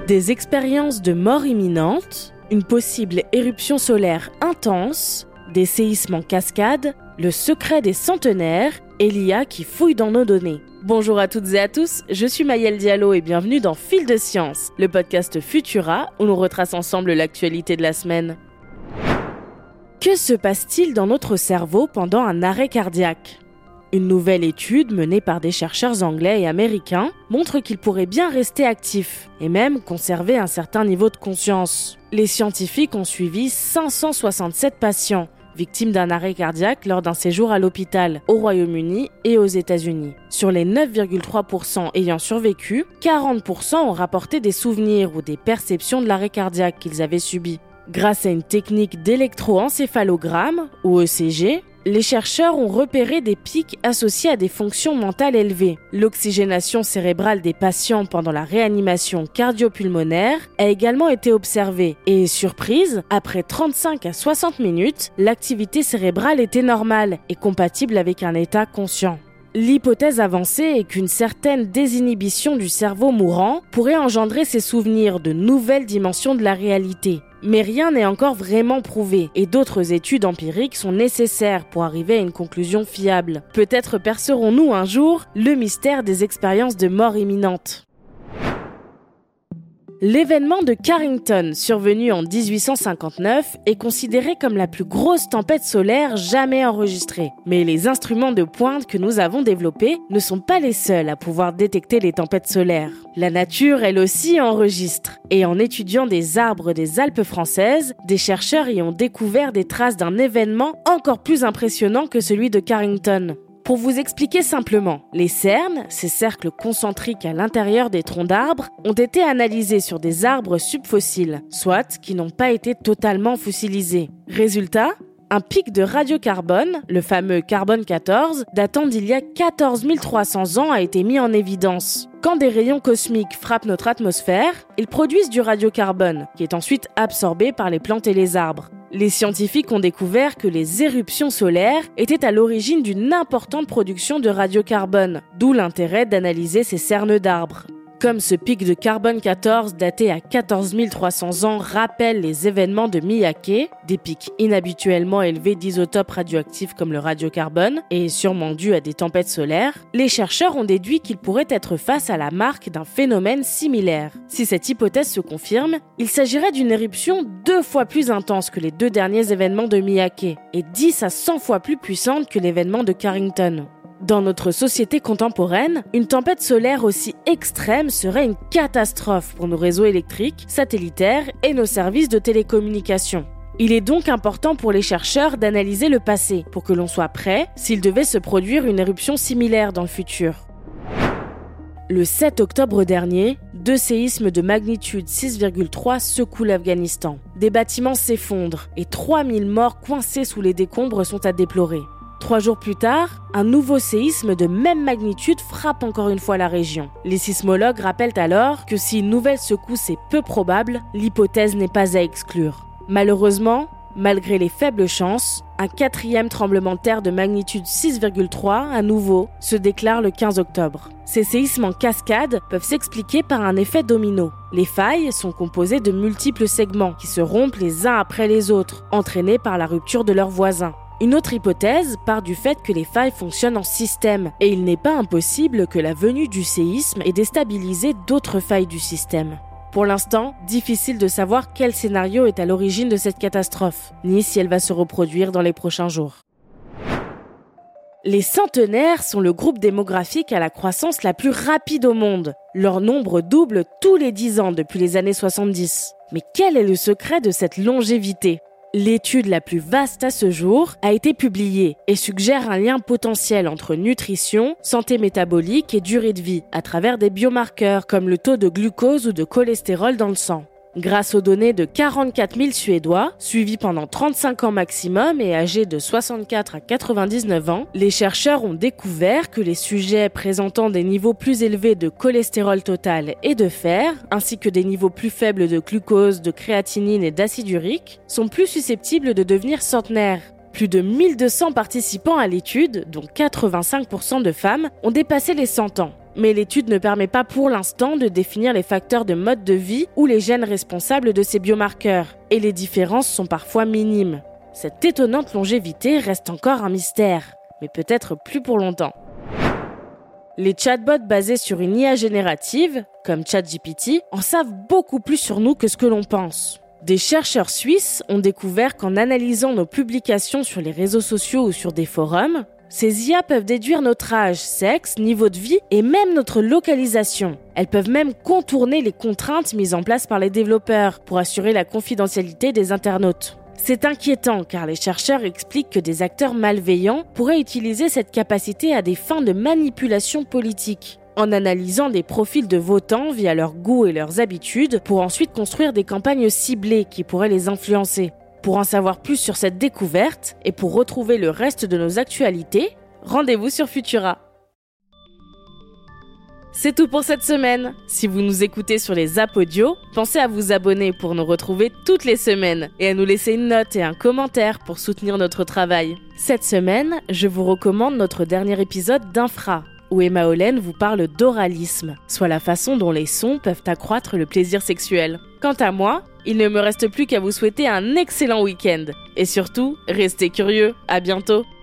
Des expériences de mort imminente, une possible éruption solaire intense, des séismes en cascade, le secret des centenaires et l'IA qui fouille dans nos données. Bonjour à toutes et à tous, je suis Maëlle Diallo et bienvenue dans Fil de Science, le podcast Futura où nous retrace ensemble l'actualité de la semaine. Que se passe-t-il dans notre cerveau pendant un arrêt cardiaque ? Une nouvelle étude menée par des chercheurs anglais et américains montre qu'il pourrait bien rester actif et même conserver un certain niveau de conscience. Les scientifiques ont suivi 567 patients victimes d'un arrêt cardiaque lors d'un séjour à l'hôpital au Royaume-Uni et aux États-Unis. Sur les 9,3% ayant survécu, 40% ont rapporté des souvenirs ou des perceptions de l'arrêt cardiaque qu'ils avaient subi. Grâce à une technique d'électroencéphalogramme, ou ECG, les chercheurs ont repéré des pics associés à des fonctions mentales élevées. L'oxygénation cérébrale des patients pendant la réanimation cardio-pulmonaire a également été observée. Et surprise, après 35 à 60 minutes, l'activité cérébrale était normale et compatible avec un état conscient. L'hypothèse avancée est qu'une certaine désinhibition du cerveau mourant pourrait engendrer ces souvenirs de nouvelles dimensions de la réalité. Mais rien n'est encore vraiment prouvé et d'autres études empiriques sont nécessaires pour arriver à une conclusion fiable. Peut-être percerons-nous un jour le mystère des expériences de mort imminente. L'événement de Carrington, survenu en 1859, est considéré comme la plus grosse tempête solaire jamais enregistrée. Mais les instruments de pointe que nous avons développés ne sont pas les seuls à pouvoir détecter les tempêtes solaires. La nature, elle aussi, enregistre. Et en étudiant des arbres des Alpes françaises, des chercheurs y ont découvert des traces d'un événement encore plus impressionnant que celui de Carrington. Pour vous expliquer simplement, les cernes, ces cercles concentriques à l'intérieur des troncs d'arbres, ont été analysés sur des arbres subfossiles, soit qui n'ont pas été totalement fossilisés. Résultat, un pic de radiocarbone, le fameux carbone 14, datant d'il y a 14 300 ans a été mis en évidence. Quand des rayons cosmiques frappent notre atmosphère, ils produisent du radiocarbone, qui est ensuite absorbé par les plantes et les arbres. Les scientifiques ont découvert que les éruptions solaires étaient à l'origine d'une importante production de radiocarbone, d'où l'intérêt d'analyser ces cernes d'arbres. Comme ce pic de carbone 14 daté à 14 300 ans rappelle les événements de Miyake, des pics inhabituellement élevés d'isotopes radioactifs comme le radiocarbone, et sûrement dus à des tempêtes solaires, les chercheurs ont déduit qu'ils pourraient être face à la marque d'un phénomène similaire. Si cette hypothèse se confirme, il s'agirait d'une éruption 2 fois plus intense que les 2 derniers événements de Miyake, et 10 à 100 fois plus puissante que l'événement de Carrington. Dans notre société contemporaine, une tempête solaire aussi extrême serait une catastrophe pour nos réseaux électriques, satellitaires et nos services de télécommunication. Il est donc important pour les chercheurs d'analyser le passé pour que l'on soit prêt s'il devait se produire une éruption similaire dans le futur. Le 7 octobre dernier, 2 séismes de magnitude 6,3 secouent l'Afghanistan. Des bâtiments s'effondrent et 3000 morts coincés sous les décombres sont à déplorer. 3 jours plus tard, un nouveau séisme de même magnitude frappe encore une fois la région. Les sismologues rappellent alors que si une nouvelle secousse est peu probable, l'hypothèse n'est pas à exclure. Malheureusement, malgré les faibles chances, un 4e tremblement de terre de magnitude 6,3 à nouveau se déclare le 15 octobre. Ces séismes en cascade peuvent s'expliquer par un effet domino. Les failles sont composées de multiples segments qui se rompent les uns après les autres, entraînés par la rupture de leurs voisins. Une autre hypothèse part du fait que les failles fonctionnent en système et il n'est pas impossible que la venue du séisme ait déstabilisé d'autres failles du système. Pour l'instant, difficile de savoir quel scénario est à l'origine de cette catastrophe, ni si elle va se reproduire dans les prochains jours. Les centenaires sont le groupe démographique à la croissance la plus rapide au monde. Leur nombre double tous les 10 ans depuis les années 70. Mais quel est le secret de cette longévité ? L'étude la plus vaste à ce jour a été publiée et suggère un lien potentiel entre nutrition, santé métabolique et durée de vie à travers des biomarqueurs comme le taux de glucose ou de cholestérol dans le sang. Grâce aux données de 44 000 Suédois, suivis pendant 35 ans maximum et âgés de 64 à 99 ans, les chercheurs ont découvert que les sujets présentant des niveaux plus élevés de cholestérol total et de fer, ainsi que des niveaux plus faibles de glucose, de créatinine et d'acide urique, sont plus susceptibles de devenir centenaires. Plus de 1200 participants à l'étude, dont 85% de femmes, ont dépassé les 100 ans. Mais l'étude ne permet pas pour l'instant de définir les facteurs de mode de vie ou les gènes responsables de ces biomarqueurs. Et les différences sont parfois minimes. Cette étonnante longévité reste encore un mystère, mais peut-être plus pour longtemps. Les chatbots basés sur une IA générative, comme ChatGPT, en savent beaucoup plus sur nous que ce que l'on pense. Des chercheurs suisses ont découvert qu'en analysant nos publications sur les réseaux sociaux ou sur des forums, ces IA peuvent déduire notre âge, sexe, niveau de vie et même notre localisation. Elles peuvent même contourner les contraintes mises en place par les développeurs pour assurer la confidentialité des internautes. C'est inquiétant car les chercheurs expliquent que des acteurs malveillants pourraient utiliser cette capacité à des fins de manipulation politique, en analysant des profils de votants via leurs goûts et leurs habitudes pour ensuite construire des campagnes ciblées qui pourraient les influencer. Pour en savoir plus sur cette découverte et pour retrouver le reste de nos actualités, rendez-vous sur Futura. C'est tout pour cette semaine. Si vous nous écoutez sur les apps audio, pensez à vous abonner pour nous retrouver toutes les semaines et à nous laisser une note et un commentaire pour soutenir notre travail. Cette semaine, je vous recommande notre dernier épisode d'Infra, où Emma Hollen vous parle d'oralisme, soit la façon dont les sons peuvent accroître le plaisir sexuel. Quant à moi, il ne me reste plus qu'à vous souhaiter un excellent week-end. Et surtout, restez curieux. À bientôt.